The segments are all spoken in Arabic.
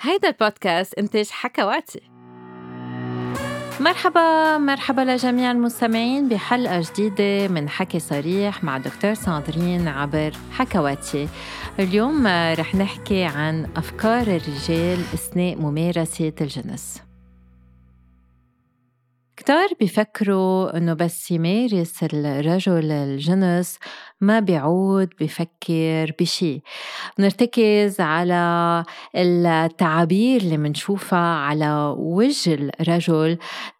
هيدا البودكاست إنتاج حكواتي. مرحبا لجميع المستمعين بحلقة جديدة من حكي صريح مع دكتور ساندرين عبر حكواتي. اليوم رح نحكي عن أفكار الرجال أثناء ممارسة الجنس. كتار بيفكروا إنه بس يمارس الرجل الجنس ما بيعود بيفكر بشي. نرتكز على التعابير اللي منشوفها على وجه الرجل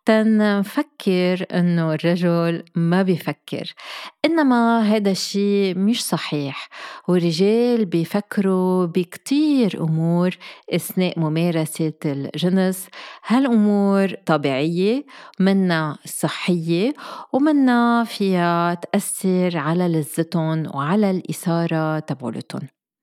تنفكر إنه الرجل ما بيفكر، إنما هذا الشيء مش صحيح. والرجال بيفكروا بكتير أمور أثناء ممارسة الجنس. هالأمور طبيعية، منا صحية، ومنا فيها تأثر على لذتهم وعلى الإثارة تبعولتهم.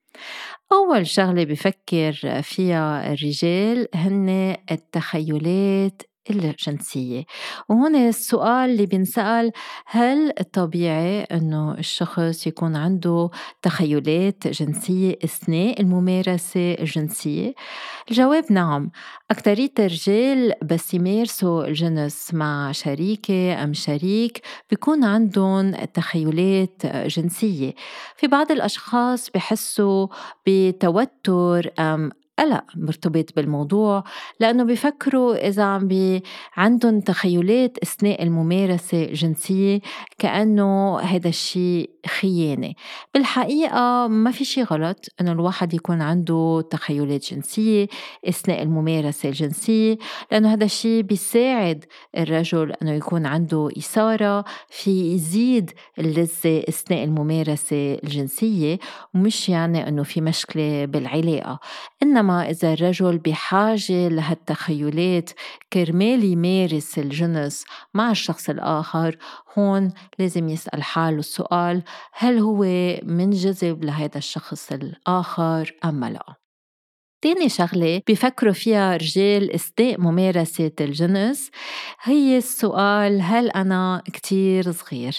أول شغلة بفكر فيها الرجال هن التخيلات الجنسية. وهنا السؤال اللي بنسأل: هل طبيعي أنه الشخص يكون عنده تخيلات جنسية أثناء الممارسة الجنسية؟ الجواب نعم. أكترية الرجال بس يمارسوا الجنس مع شريكة أم شريك بيكون عندهم تخيلات جنسية. في بعض الأشخاص بحسوا بتوتر أم قلق مرتبط بالموضوع، لأنه بيفكروا إذا عندهم تخيلات أثناء الممارسة الجنسية كأنه هذا الشيء خيانة. بالحقيقة ما في شيء غلط أنه الواحد يكون عنده تخيلات جنسية أثناء الممارسة الجنسية، لأنه هذا الشيء بيساعد الرجل أنه يكون عنده إثارة، في يزيد اللذة أثناء الممارسة الجنسية، ومش يعني أنه في مشكلة بالعلاقة. إنما إذا الرجل بحاجة لهالتخيلات كرمال يمارس الجنس مع الشخص الآخر، هون لازم يسأل حاله السؤال: هل هو منجذب لهذا الشخص الآخر أم لا؟ تاني شغلة بيفكروا فيها رجال أثناء ممارسة الجنس هي السؤال: هل أنا كتير صغير؟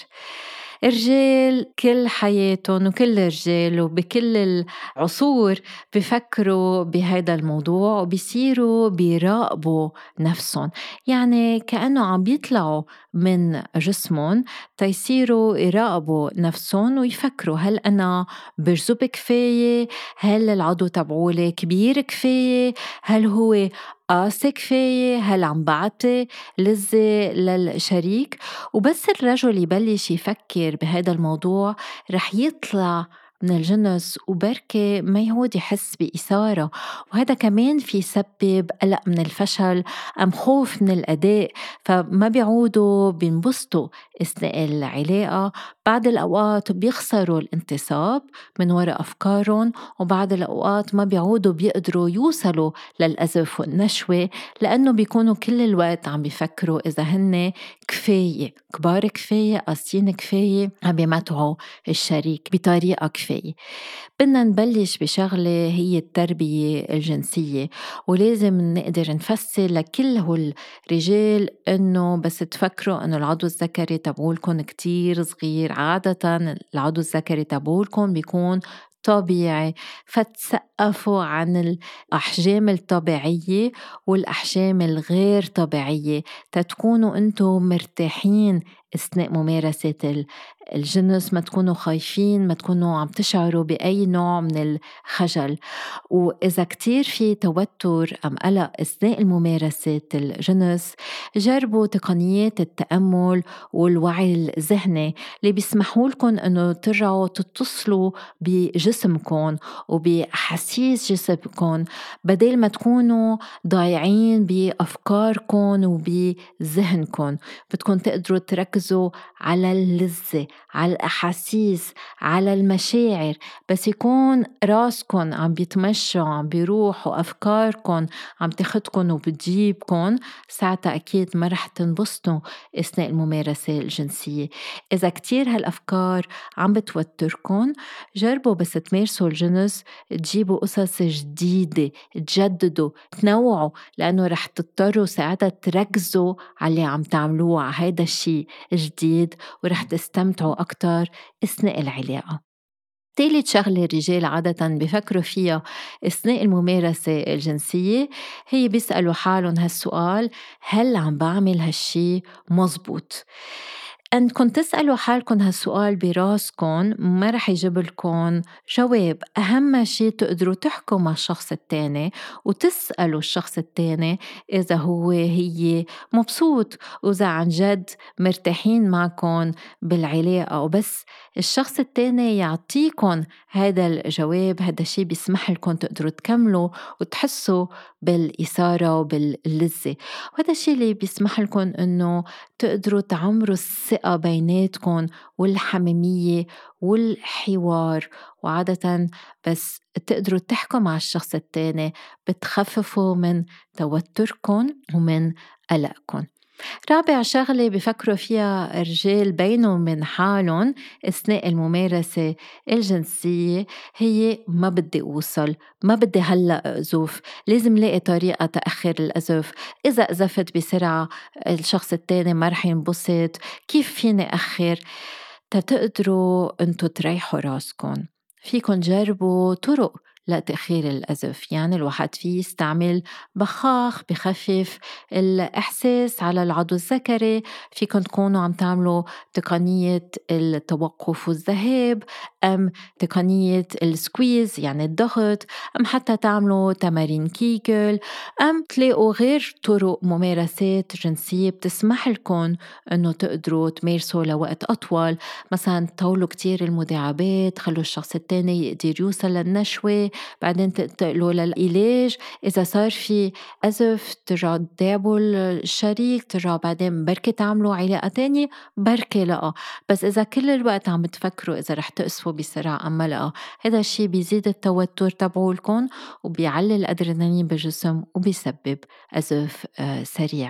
الرجال كل حياتهم وكل الرجال وبكل العصور بيفكروا بهذا الموضوع وبيصيروا بيراقبوا نفسهم، يعني كأنه عم بيطلعوا من جسمهم تيصيروا يراقبوا نفسهم ويفكروا: هل أنا برزب كفاية؟ هل العضو تبعولي كبير كفاية؟ هل هو قاسي كفاية؟ هل عم بعطي لذة للشريك؟ وبس الرجل يبلش يفكر بهذا الموضوع رح يطلع من الجنس وبركة ما يعود يحس بإثارة، وهذا كمان في يسبب قلق من الفشل أم خوف من الأداء، فما بيعودوا بينبسطوا أثناء العلاقة. بعض الأوقات بيخسروا الانتصاب من وراء أفكارهم، وبعض الأوقات ما بيعودوا بيقدروا يوصلوا للأزف والنشوة، لأنه بيكونوا كل الوقت عم بيفكروا إذا هن كفاية، كبار كفاية، قاسين كفاية، عم بيمتعوا الشريك بطريقة كفاية. بدنا نبلش بشغلة هي التربية الجنسية، ولازم نقدر نفسر لكل هول الرجال إنه بس تفكروا إنه العضو الذكري تبعولكم كتير صغير. عادة العضو الذكري تبعولكم بيكون طبيعي، فتسقفوا عن الأحجام الطبيعية والأحجام الغير طبيعية تتكونوا أنتم مرتاحين أثناء ممارسة الجنس، ما تكونوا خايفين، ما تكونوا عم تشعروا بأي نوع من الخجل. وإذا كتير في توتر أم قلق أثناء الممارسة الجنس، جربوا تقنيات التأمل والوعي الذهني اللي بيسمحوا لكم أنه ترجعوا تتصلوا بجسمكم وبأحاسيس جسمكم، بدل ما تكونوا ضايعين بأفكاركم وبذهنكم. بدكم تقدروا تركزوا على اللذة، على الأحاسيس، على المشاعر. بس يكون راسكن عم بيتمشى عم بيروح وأفكاركن عم تاخدكن وبتجيبكن، ساعتها أكيد ما رح تنبسطوا أثناء الممارسة الجنسية. إذا كتير هالأفكار عم بتوتركن، جربوا بس تمارسوا الجنس تجيبوا قصص جديدة، تجددوا، تنوعوا، لأنه رح تضطروا ساعتها تركزوا على اللي عم تعملوه، على هيدا الشيء جديد، ورح تستمتعوا أكتر أثناء العلاقة. تالت شغلة الرجال عادة بيفكروا فيها أثناء الممارسة الجنسية هي بيسألوا حالهم هالسؤال: هل عم بعمل هالشي مزبوط؟ أنكم تسألوا حالكم هالسؤال براسكم ما رح يجيب لكم جواب. أهم شي تقدروا تحكوا مع الشخص التاني وتسألوا الشخص التاني إذا هي مبسوط وإذا عن جد مرتاحين معكم بالعلاقة، وبس الشخص التاني يعطيكم هذا الجواب هذا الشي بيسمح لكم تقدروا تكملوا وتحسوا بالإثارة وباللذة، وهذا الشي اللي بيسمح لكم إنه تقدروا تعمروا الثقة بيناتكم والحميمية والحوار. وعادة بس تقدروا تحكوا مع الشخص التاني بتخففوا من توتركم ومن قلقكم. رابع شغلة بفكروا فيها الرجال بينهم من حالهم أثناء الممارسة الجنسية هي: ما بدي أوصل، ما بدي هلأ أزوف، لازم لاقي طريقة تأخر الأزف، إذا أزفت بسرعة الشخص التاني ما رح ينبسط، كيف فيني أخر؟ تقدروا أنتوا تريحوا راسكم. فيكن جربوا طرق لتأخير الأزف، يعني الواحد فيه يستعمل بخاخ بخفف الإحساس على العضو الذكري، فيكن تكونوا عم تعملوا تقنية التوقف والذهاب، أم تقنية السكويز يعني الضغط، أم حتى تعملوا تمارين كيجل، أم تلاقوا غير طرق ممارسات جنسية بتسمح لكم أنه تقدروا تمارسوا لوقت أطول. مثلا طولوا كتير المداعبات، خلوا الشخص التاني يقدر يوصل للنشوة، بعدين تنتقلوا للعلاج. إذا صار في أزف ترجعوا تداعبوا الشريك، ترجعوا بعدين بركة تعملوا علاقة تانية، بركة لأ. بس إذا كل الوقت عم تفكروا إذا رح تقصفوا بسرعة أما لأ، هذا الشي بيزيد التوتر تبعولكم وبيعلي الأدرينالين بالجسم وبيسبب أزف سريع.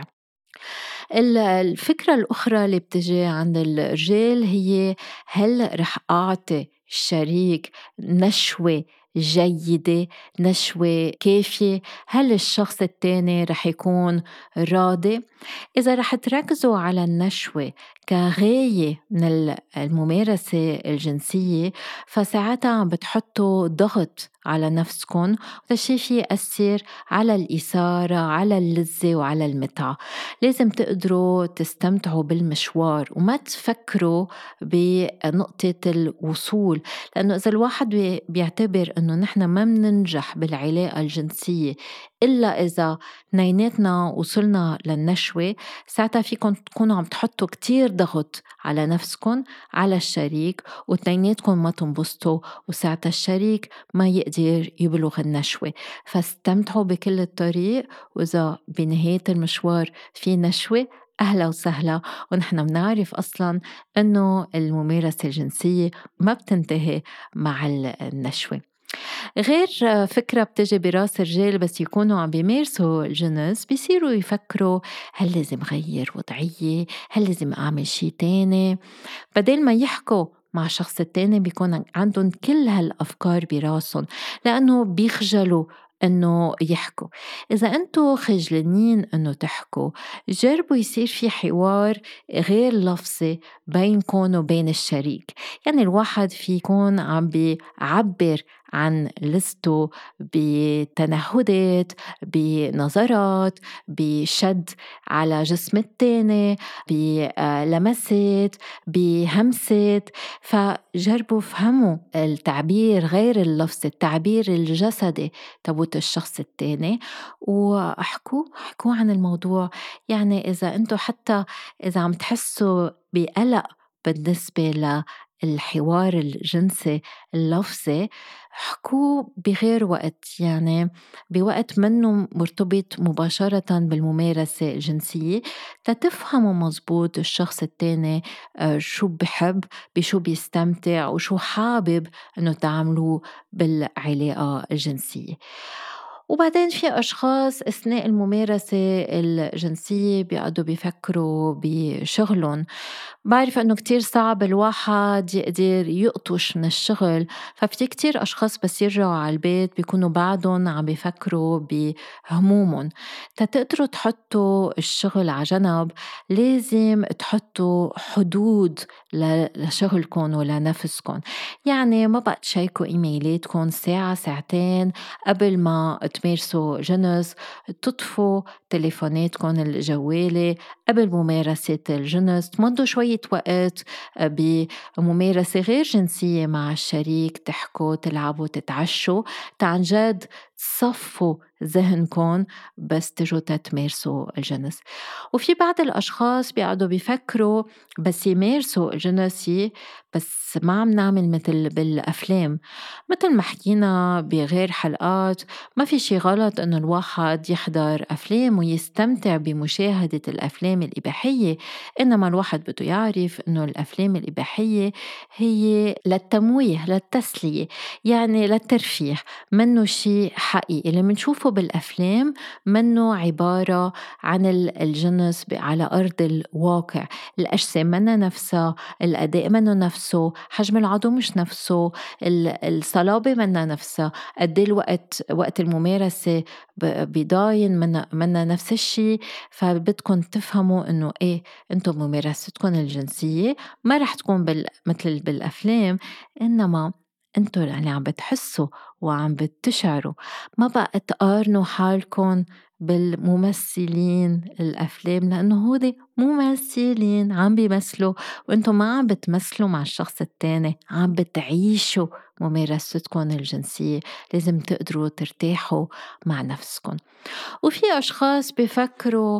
الفكرة الأخرى اللي بتجي عند الرجال هي: هل رح أعطي الشريك نشوة جيدة، نشوة كافية؟ هل الشخص التاني رح يكون راضي؟ إذا رح تركزوا على النشوة كغاية من الممارسة الجنسية فساعتها عم بتحطوا ضغط على نفسكم، وهذا الشي فيه يأثر على الإثارة، على اللذة وعلى المتعة. لازم تقدروا تستمتعوا بالمشوار وما تفكروا بنقطة الوصول، لأنه إذا الواحد بيعتبر أنه نحن ما مننجح بالعلاقة الجنسية إلا إذا نيناتنا وصلنا للنشوة، ساعتها فيكم تكونوا عم تحطوا كتير ضغط على نفسكم على الشريك وتنيناتكم ما تنبسطوا، وساعتها الشريك ما يقدر يبلغ النشوة. فاستمتعوا بكل الطريق، وإذا بنهاية المشوار في نشوة أهلا وسهلا. ونحن بنعرف أصلا أنه الممارسة الجنسية ما بتنتهي مع النشوة. غير فكرة بتجي براس الرجال بس يكونوا عم بيمارسوا الجنس، بيصيروا يفكروا: هل لازم غير وضعية؟ هل لازم أعمل شي تاني؟ بدل ما يحكوا مع الشخص التاني بيكون عندهم كل هالأفكار براسهم، لأنه بيخجلوا إنه يحكوا. إذا أنتوا خجلانين إنه تحكوا، جربوا يصير في حوار غير لفظي بينكم وبين الشريك. يعني الواحد في يكون عم بيعبر عن لسته بتنهدات، بنظرات، بشد على جسم التاني، بلمسات، بهمسات. فجربوا فهموا التعبير غير اللفظي، التعبير الجسدي تبوت الشخص التاني، حكوا عن الموضوع. يعني إذا أنتوا حتى إذا عم تحسوا بقلق بالنسبة للحوار الجنسي اللفظي، حكوا بغير وقت، يعني بوقت منه مرتبط مباشرة بالممارسة الجنسية، تتفهموا مزبوط الشخص التاني شو بحب، بشو بيستمتع، وشو حابب أنه تعملوه بالعلاقة الجنسية. وبعدين في أشخاص أثناء الممارسة الجنسية بيقعدوا بيفكروا بشغلهم. بعرف إنه كتير صعب الواحد يقدر يقطش من الشغل، ففي كتير أشخاص بس يرجعوا على البيت بيكونوا بعدهم عم بيفكروا بهمومهم. تقدروا تحطوا الشغل على جنب، لازم تحطوا حدود لشغلكم ولنفسكم. يعني ما بقى تشيكوا إيميلاتكم ساعة ساعتين قبل ما تمارسوا جنس، تطفوا تليفوناتكم الجوالي قبل ممارسة الجنس، تمضوا شوية وقت بممارسة غير جنسية مع الشريك، تحكوا تلعبوا تتعشوا، عن جد تصفوا ذهنكم بس تجوا تمارسوا الجنس. وفي بعض الأشخاص بيقعدوا بيفكروا بس يمارسوا الجنسي، بس ما عم نعمل مثل بالأفلام. مثل ما حكينا بغير حلقات، ما في شي غلط إنه الواحد يحضر أفلام ويستمتع بمشاهدة الأفلام الإباحية، إنما الواحد بده يعرف إنه الأفلام الإباحية هي للتمويه للتسلية، يعني للترفيه، منه شي حقيقي. اللي منشوفه بالأفلام منه عبارة عن الجنس على أرض الواقع. الأجسام منا نفسها، الأداء منه نفسه، حجم العضو مش نفسه، الصلابة منا نفسها، قد الوقت وقت الممارسة بيضاين منا نفس الشي. فبدكن تفهموا إنه إيه، أنتم ممارستكم الجنسية ما رح تكون مثل بالأفلام، إنما أنتم اللي عم بتحسوا وعم بتشعروا. ما بقى تقارنوا حالكم بالممثلين الأفلام، لأنه هودي ممثلين عم بيمثلوا، وأنتم ما عم بتمثلوا مع الشخص التاني، عم بتعيشوا ممارستكم الجنسية. لازم تقدروا ترتاحوا مع نفسكم. وفي أشخاص بيفكروا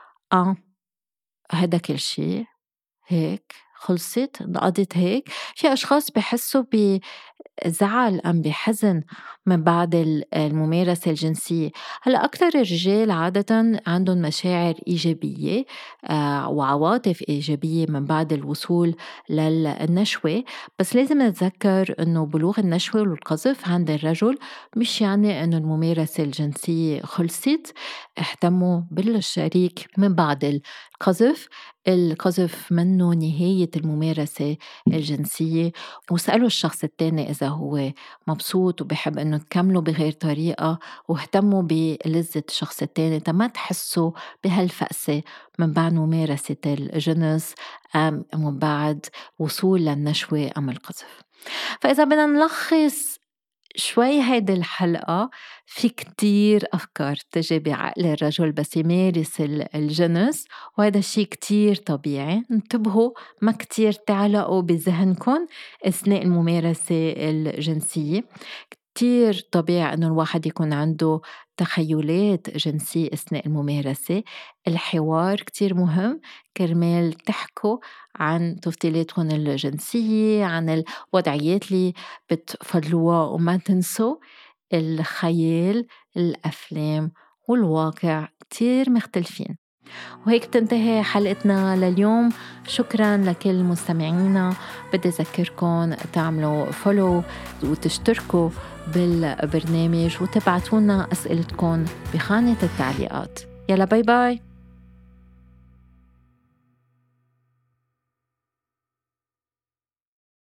هذا كل شي، هيك خلصت انقضت هيك. في أشخاص بحسوا بزعل أم بحزن من بعد الممارسة الجنسية. هلأ أكتر الرجال عادة عندهم مشاعر إيجابية وعواطف إيجابية من بعد الوصول للنشوة، بس لازم نتذكر أنه بلوغ النشوة والقذف عند الرجل مش يعني أنه الممارسة الجنسية خلصت. اهتموا بالشريك من بعد القذف. القذف منه نهاية الممارسة الجنسية، واسألوا الشخص التاني إذا هو مبسوط وبحب إنه تكملوا بغير طريقة، واهتموا بلذة الشخص التاني تما تحسوا بهالفقسة من بعد ممارسة الجنس أم من بعد وصول للنشوة أم القذف. فإذا بدنا نلخص شوي هيدي الحلقة، في كتير أفكار تجي بعقل الرجل بس يمارس الجنس، وهذا الشي كتير طبيعي. انتبهوا ما كتير تعلقوا بذهنكن أثناء الممارسة الجنسية. كتير طبيعي أنه الواحد يكون عنده تخيلات جنسية أثناء الممارسة. الحوار كتير مهم كرمال تحكوا عن تفضيلاتكم الجنسية، عن الوضعيات اللي بتفضلوها، وما تنسوا الخيال، الأفلام والواقع كتير مختلفين. وهيك تنتهي حلقتنا لليوم. شكرا لكل مستمعينا. بدي أذكركم تعملوا فولو وتشتركوا بالبرنامج وتبعتونا أسئلتكم بخانة التعليقات. يلا باي باي.